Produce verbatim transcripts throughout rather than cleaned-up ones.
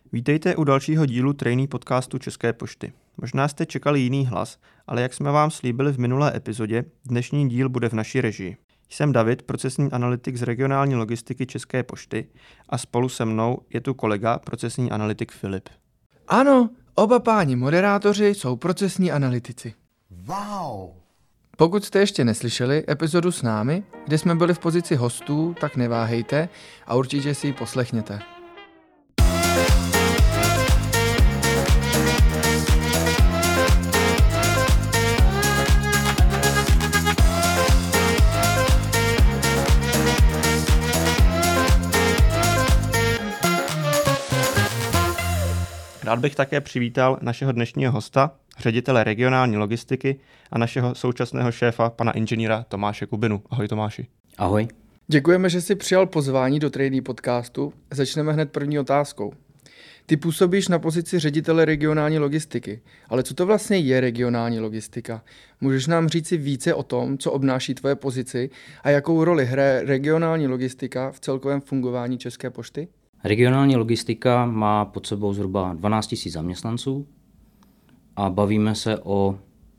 Vítejte u dalšího dílu trainee podcastu České pošty. Možná jste čekali jiný hlas, ale jak jsme vám slíbili v minulé epizodě, dnešní díl bude v naší režii. Jsem David, procesní analytik z regionální logistiky České pošty a spolu se mnou je tu kolega, procesní analytik Filip. Ano, oba páni moderátoři jsou procesní analytici. Wow! Pokud jste ještě neslyšeli epizodu s námi, kde jsme byli v pozici hostů, tak neváhejte a určitě si ji poslechněte. Rád bych také přivítal našeho dnešního hosta, ředitele regionální logistiky a našeho současného šéfa, pana inženýra Tomáše Kubinu. Ahoj Tomáši. Ahoj. Děkujeme, že jsi přijal pozvání do trainee podcastu. Začneme hned první otázkou. Ty působíš na pozici ředitele regionální logistiky, ale co to vlastně je regionální logistika? Můžeš nám říci více o tom, co obnáší tvoje pozici a jakou roli hraje regionální logistika v celkovém fungování České pošty? Regionální logistika má pod sebou zhruba dvanáct tisíc zaměstnanců a bavíme se o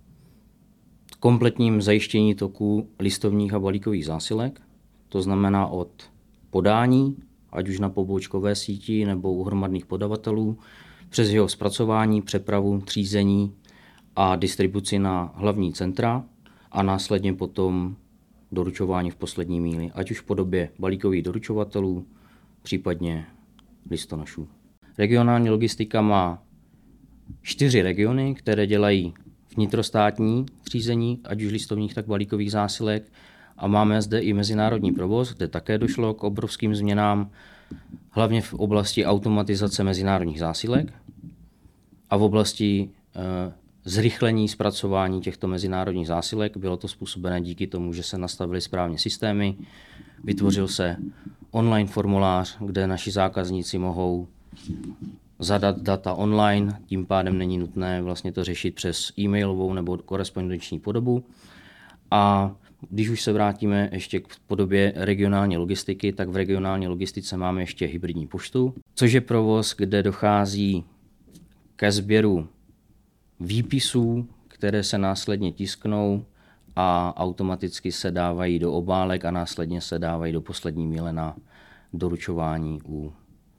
kompletním zajištění toku listovních a balíkových zásilek. To znamená od podání, ať už na pobočkové síti nebo u hromadných podavatelů, přes jeho zpracování, přepravu, třízení a distribuci na hlavní centra a následně potom doručování v poslední míli, ať už v podobě balíkových doručovatelů, případně listonošů. Regionální logistika má čtyři regiony, které dělají vnitrostátní třízení, ať už listovních, tak balíkových zásilek. A máme zde i mezinárodní provoz, kde také došlo k obrovským změnám, hlavně v oblasti automatizace mezinárodních zásilek a v oblasti e, zrychlení zpracování těchto mezinárodních zásilek. Bylo to způsobené díky tomu, že se nastavily správně systémy, vytvořil se online formulář, kde naši zákazníci mohou zadat data online, tím pádem není nutné vlastně to řešit přes e-mailovou nebo korespondenční podobu. A když už se vrátíme ještě k podobě regionální logistiky, tak v regionální logistice máme ještě hybridní poštu, což je provoz, kde dochází ke sběru výpisů, které se následně tisknou a automaticky se dávají do obálek a následně se dávají do poslední míle na doručování u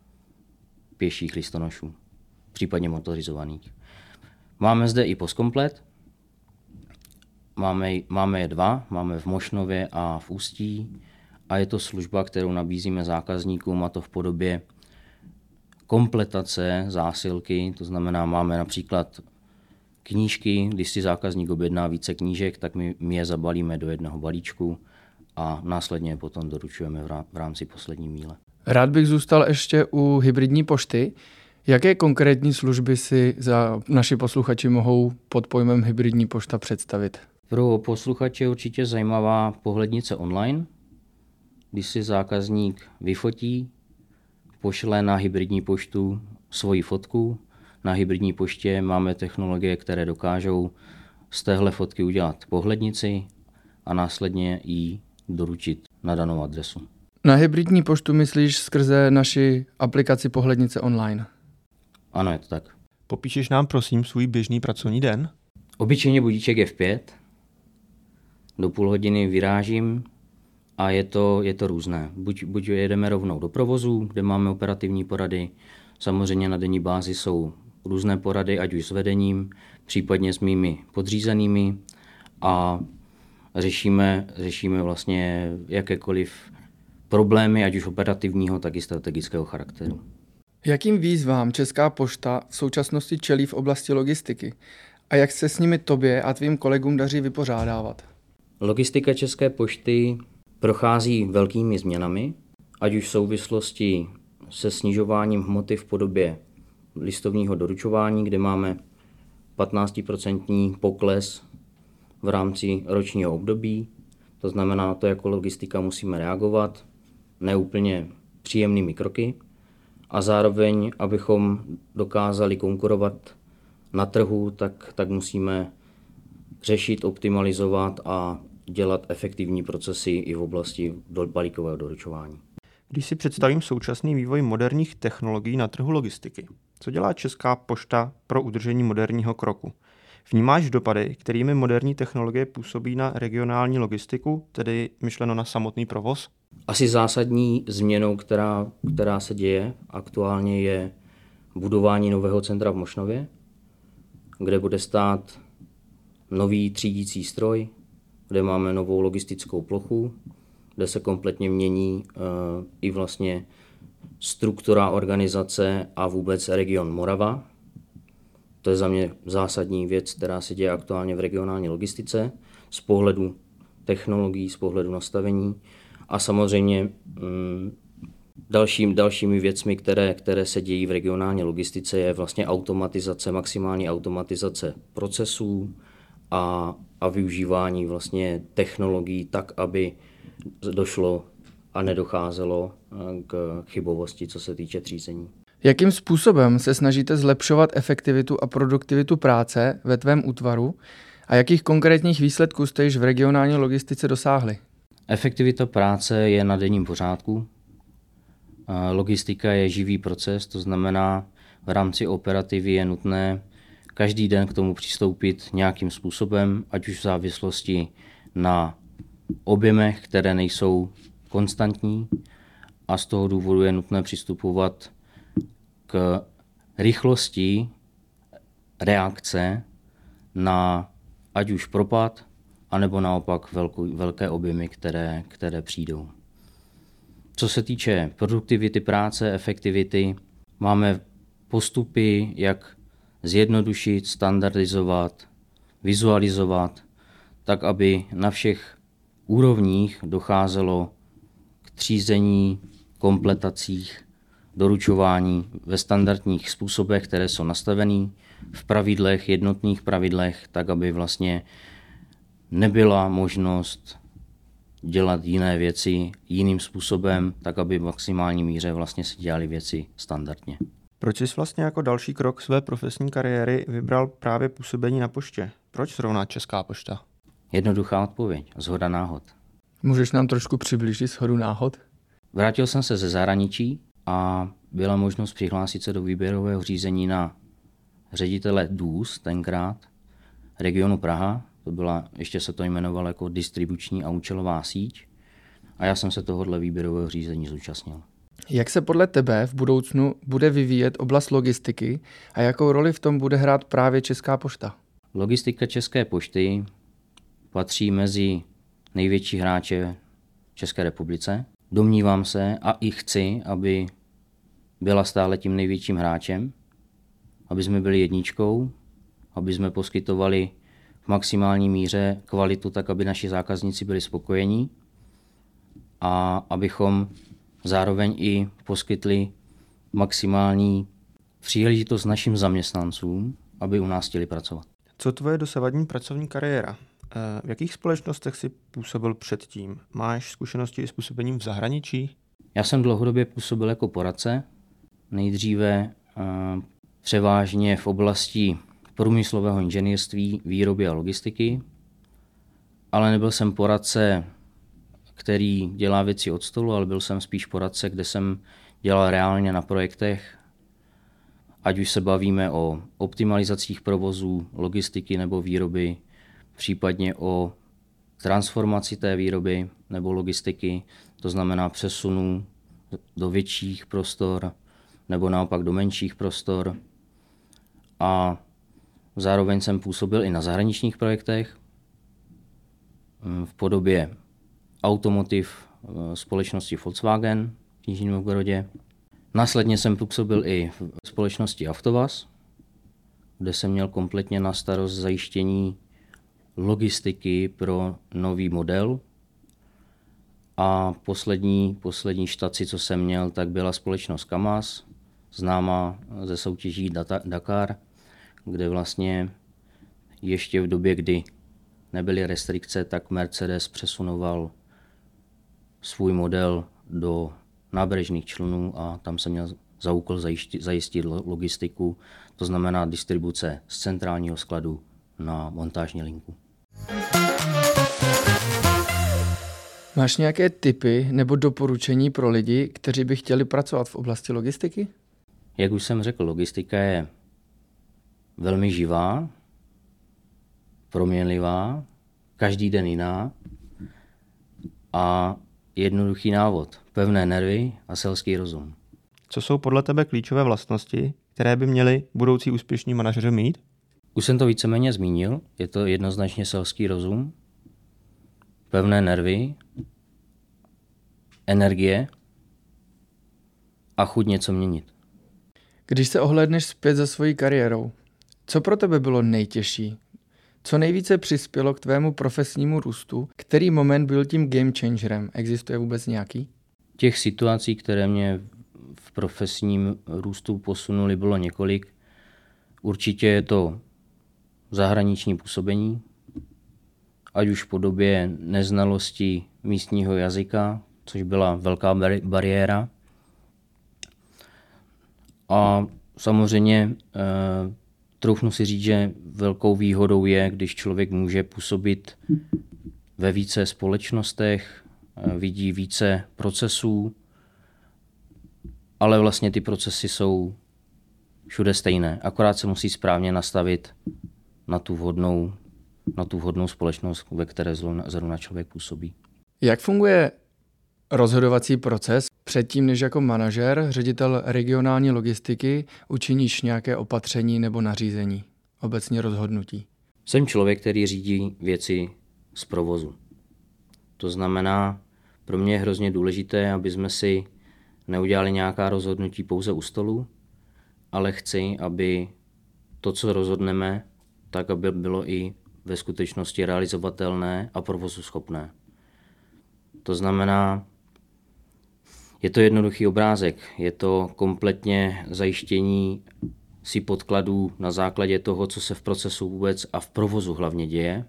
pěších listonošů, případně motorizovaných. Máme zde i postkomplet. Máme, máme je dva, máme v Mošnově a v Ústí a je to služba, kterou nabízíme zákazníkům, a to v podobě kompletace zásilky, to znamená, máme například knížky, když si zákazník objedná více knížek, tak my, my je zabalíme do jednoho balíčku a následně je potom doručujeme v rámci poslední míle. Rád bych zůstal ještě u hybridní pošty. Jaké konkrétní služby si za naši posluchači mohou pod pojmem hybridní pošta představit? Pro posluchače je určitě zajímavá pohlednice online, když si zákazník vyfotí, pošle na hybridní poštu svoji fotku. Na hybridní poště máme technologie, které dokážou z téhle fotky udělat pohlednici a následně ji doručit na danou adresu. Na hybridní poštu myslíš skrze naši aplikaci pohlednice online? Ano, je to tak. Popíšeš nám prosím svůj běžný pracovní den? Obyčejně budíček je v pět, do půl hodiny vyrážím a je to, je to různé. Buď, buď jedeme rovnou do provozu, kde máme operativní porady, samozřejmě na denní bázi jsou různé porady, ať už s vedením, případně s mými podřízenými a řešíme, řešíme vlastně jakékoliv problémy, ať už operativního, tak i strategického charakteru. Jakým výzvám Česká pošta v současnosti čelí v oblasti logistiky a jak se s nimi tobě a tvým kolegům daří vypořádávat? Logistika České pošty prochází velkými změnami, ať už v souvislosti se snižováním hmoty v podobě listovního doručování, kde máme patnáctiprocentní pokles v rámci ročního období. To znamená, na to jako logistika musíme reagovat neúplně příjemnými kroky a zároveň, abychom dokázali konkurovat na trhu, tak, tak musíme řešit, optimalizovat a dělat efektivní procesy i v oblasti balíkového doručování. Když si představím současný vývoj moderních technologií na trhu logistiky, co dělá Česká pošta pro udržení moderního kroku? Vnímáš dopady, kterými moderní technologie působí na regionální logistiku, tedy myšleno na samotný provoz? Asi zásadní změnou, která, která se děje aktuálně, je budování nového centra v Mošnově, kde bude stát nový třídící stroj, kde máme novou logistickou plochu, kde se kompletně mění uh, i vlastně struktura organizace a vůbec region Morava. To je za mě zásadní věc, která se děje aktuálně v regionální logistice z pohledu technologií, z pohledu nastavení a samozřejmě um, dalším, dalšími věcmi, které, které se dějí v regionální logistice, je vlastně automatizace, maximální automatizace procesů a, a využívání vlastně technologií tak, aby došlo a nedocházelo k chybovosti, co se týče třízení. Jakým způsobem se snažíte zlepšovat efektivitu a produktivitu práce ve tvém útvaru a jakých konkrétních výsledků jste již v regionální logistice dosáhli? Efektivita práce je na denním pořádku. Logistika je živý proces, to znamená, v rámci operativy je nutné každý den k tomu přistoupit nějakým způsobem, ať už v závislosti na objemech, které nejsou konstantní, a z toho důvodu je nutné přistupovat k rychlosti reakce na ať už propad, anebo naopak velkou, velké objemy, které, které přijdou. Co se týče produktivity práce, efektivity, máme postupy, jak zjednodušit, standardizovat, vizualizovat, tak aby na všech úrovních docházelo k třízení, kompletacích, doručování ve standardních způsobech, které jsou nastavené v pravidlech, jednotných pravidlech, tak aby vlastně nebyla možnost dělat jiné věci jiným způsobem, tak aby v maximální míře vlastně se dělaly věci standardně. Proč jsi vlastně jako další krok své profesní kariéry vybral právě působení na poště? Proč zrovna Česká pošta? Jednoduchá odpověď, shoda náhod. Můžeš nám trošku přiblížit shodu náhod? Vrátil jsem se ze zahraničí a byla možnost přihlásit se do výběrového řízení na ředitele D U S tenkrát, regionu Praha. To byla, ještě se to jmenovalo jako distribuční a účelová síť. A já jsem se tohohle výběrového řízení zúčastnil. Jak se podle tebe v budoucnu bude vyvíjet oblast logistiky a jakou roli v tom bude hrát právě Česká pošta? Logistika České pošty patří mezi největší hráče v České republice. Domnívám se a i chci, aby byla stále tím největším hráčem, aby jsme byli jedničkou, aby jsme poskytovali v maximální míře kvalitu tak, aby naši zákazníci byli spokojení a abychom zároveň i poskytli maximální příležitost našim zaměstnancům, aby u nás chtěli pracovat. Co tvoje dosavadní pracovní kariéra? V jakých společnostech jsi působil předtím? Máš zkušenosti s působením v zahraničí? Já jsem dlouhodobě působil jako poradce, nejdříve uh, převážně v oblasti průmyslového inženýrství, výroby a logistiky, ale nebyl jsem poradce, který dělá věci od stolu, ale byl jsem spíš poradce, kde jsem dělal reálně na projektech, ať už se bavíme o optimalizacích provozů, logistiky nebo výroby, případně o transformaci té výroby nebo logistiky, to znamená přesunu do větších prostor nebo naopak do menších prostor. A zároveň jsem působil i na zahraničních projektech v podobě automotiv společnosti Volkswagen v Kněží Novgorodě. Následně jsem působil i v společnosti Avtovaz, kde jsem měl kompletně na starost zajištění logistiky pro nový model. A poslední, poslední štaci, co jsem měl, tak byla společnost Kamaz, známá ze soutěží Dakar, kde vlastně ještě v době, kdy nebyly restrikce, tak Mercedes přesunoval svůj model do nábřežných člunů a tam jsem měl za úkol zajistit, zajistit logistiku, to znamená distribuce z centrálního skladu na montážní linku. Máš nějaké tipy nebo doporučení pro lidi, kteří by chtěli pracovat v oblasti logistiky? Jak už jsem řekl, logistika je velmi živá, proměnlivá, každý den jiná a jednoduchý návod, pevné nervy a selský rozum. Co jsou podle tebe klíčové vlastnosti, které by měli budoucí úspěšní manažeři mít? Už jsem to víceméně zmínil, je to jednoznačně selský rozum, pevné nervy, energie a chuť něco měnit. Když se ohlédneš zpět za svojí kariérou, co pro tebe bylo nejtěžší? Co nejvíce přispělo k tvému profesnímu růstu? Který moment byl tím game changerem? Existuje vůbec nějaký? Těch situací, které mě v profesním růstu posunuly, bylo několik. Určitě je to zahraniční působení, ať už v podobě neznalosti místního jazyka, což byla velká bari- bariéra. A samozřejmě e, troufnu si říct, že velkou výhodou je, když člověk může působit ve více společnostech, e, vidí více procesů, ale vlastně ty procesy jsou všude stejné. Akorát se musí správně nastavit na tu vhodnou, na tu vhodnou společnost, ve které zrovna člověk působí. Jak funguje rozhodovací proces předtím, než jako manažer, ředitel regionální logistiky učiníš nějaké opatření nebo nařízení, obecně rozhodnutí? Jsem člověk, který řídí věci z provozu. To znamená, pro mě je hrozně důležité, aby jsme si neudělali nějaká rozhodnutí pouze u stolu, ale chci, aby to, co rozhodneme, tak aby bylo i ve skutečnosti realizovatelné a provozu schopné. To znamená, je to jednoduchý obrázek, je to kompletně zajištění si podkladů na základě toho, co se v procesu vůbec a v provozu hlavně děje.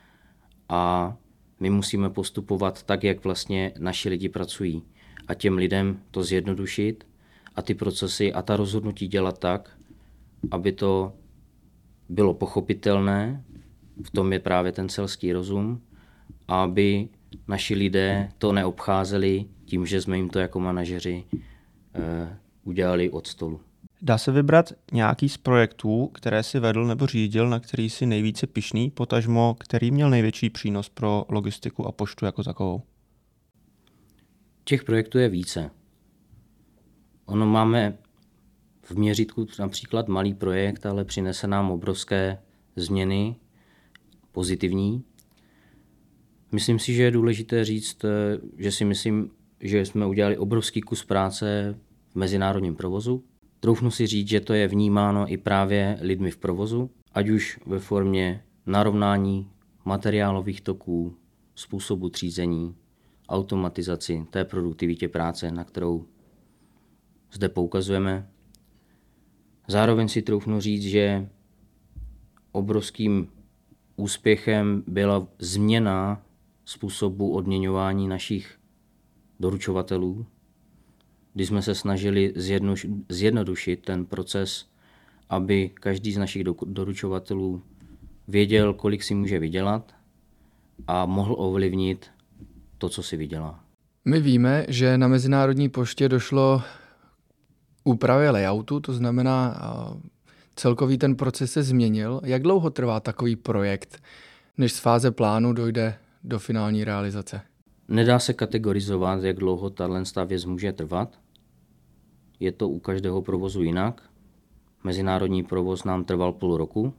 A my musíme postupovat tak, jak vlastně naši lidi pracují. A těm lidem to zjednodušit a ty procesy a ta rozhodnutí dělat tak, aby to bylo pochopitelné, v tom je právě ten selský rozum, a aby naši lidé to neobcházeli tím, že jsme jim to jako manažeři eh, udělali od stolu. Dá se vybrat nějaký z projektů, které si vedl nebo řídil, na který si nejvíce pyšný, potažmo, který měl největší přínos pro logistiku a poštu jako takovou? Těch projektů je více. Ono máme v měřítku například malý projekt, ale přinese nám obrovské změny, pozitivní. Myslím si, že je důležité říct, že si myslím, že jsme udělali obrovský kus práce v mezinárodním provozu. Troufnu si říct, že to je vnímáno i právě lidmi v provozu, ať už ve formě narovnání materiálových toků, způsobu třízení, automatizaci té produktivitě práce, na kterou zde poukazujeme. Zároveň si troufnu říct, že obrovským úspěchem byla změna způsobu odměňování našich doručovatelů, kdy jsme se snažili zjednodušit ten proces, aby každý z našich doručovatelů věděl, kolik si může vydělat a mohl ovlivnit to, co si vydělá. My víme, že na Mezinárodní poště došlo úpravě layoutu, to znamená celkový ten proces se změnil. Jak dlouho trvá takový projekt, než z fáze plánu dojde do finální realizace? Nedá se kategorizovat, jak dlouho tato věc může trvat. Je to u každého provozu jinak. Mezinárodní provoz nám trval půl roku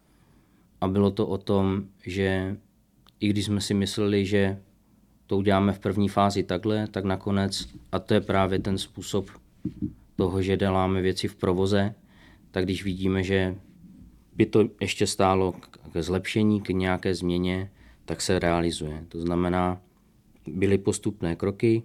a bylo to o tom, že i když jsme si mysleli, že to uděláme v první fázi takhle, tak nakonec, a to je právě ten způsob toho, že děláme věci v provoze, tak když vidíme, že by to ještě stálo k zlepšení, k nějaké změně, tak se realizuje. To znamená, byly postupné kroky,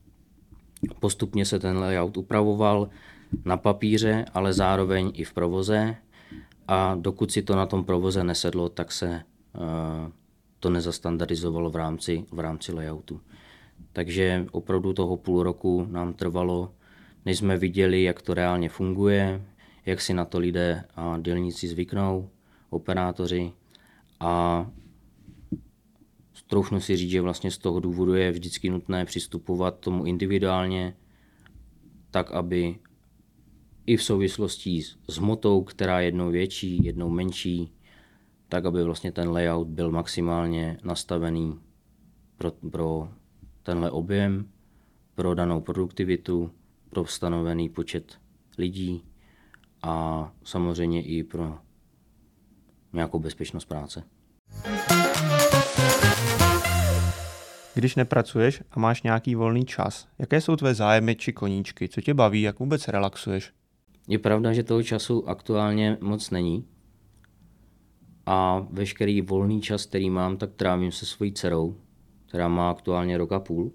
postupně se ten layout upravoval na papíře, ale zároveň i v provoze, a dokud si to na tom provoze nesedlo, tak se uh, to nezastandardizovalo v rámci, v rámci layoutu. Takže opravdu toho půl roku nám trvalo, než jsme viděli, jak to reálně funguje, jak si na to lidé a dělníci zvyknou, operátoři, a troufnu si říct, že vlastně z toho důvodu je vždycky nutné přistupovat tomu individuálně, tak aby i v souvislosti s, s hmotou, která je jednou větší, jednou menší, tak aby vlastně ten layout byl maximálně nastavený pro, pro tenhle objem, pro danou produktivitu, pro stanovený počet lidí a samozřejmě i pro nějakou bezpečnost práce. Když nepracuješ a máš nějaký volný čas, jaké jsou tvé zájmy či koníčky? Co tě baví, jak vůbec relaxuješ? Je pravda, že toho času aktuálně moc není a veškerý volný čas, který mám, tak trávím se svojí dcerou, která má aktuálně rok a půl.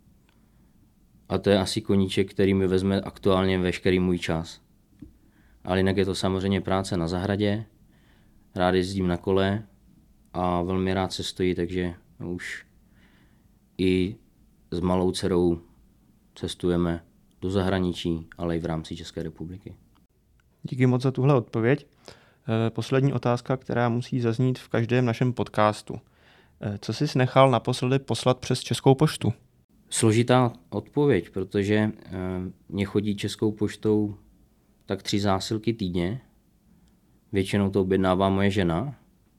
A to je asi koníček, který mi vezme aktuálně veškerý můj čas. Ale jinak je to samozřejmě práce na zahradě, rád jezdím na kole a velmi rád cestuji, takže už i s malou dcerou cestujeme do zahraničí, ale i v rámci České republiky. Díky moc za tuhle odpověď. Poslední otázka, která musí zaznít v každém našem podcastu. Co jsi nechal naposledy poslat přes Českou poštu? Složitá odpověď, protože mě chodí Českou poštou tak tři zásilky týdně. Většinou to objednává moje žena.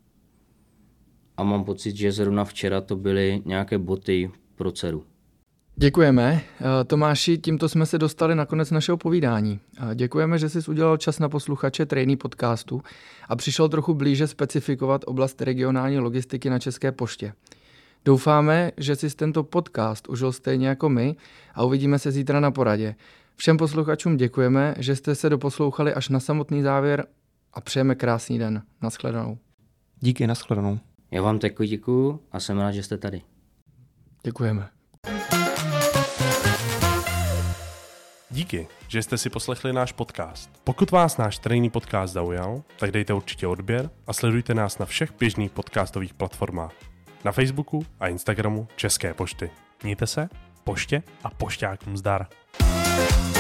A mám pocit, že zrovna včera to byly nějaké boty pro dceru. Děkujeme. Tomáši, tímto jsme se dostali na konec našeho povídání. Děkujeme, že jsi udělal čas na posluchače Trainee podcastu a přišel trochu blíže specifikovat oblast regionální logistiky na České poště. Doufáme, že jsi tento podcast užil stejně jako my a uvidíme se zítra na poradě. Všem posluchačům děkujeme, že jste se doposlouchali až na samotný závěr a přejeme krásný den. Naschledanou. Díky, naschledanou. Já vám taky děkuju a jsem rád, že jste tady. Děkujeme. Díky, že jste si poslechli náš podcast. Pokud vás náš Trainee podcast zaujal, tak dejte určitě odběr a sledujte nás na všech běžných podcastových platformách. Na Facebooku a Instagramu České pošty. Mějte se, poště a pošťákům zdar.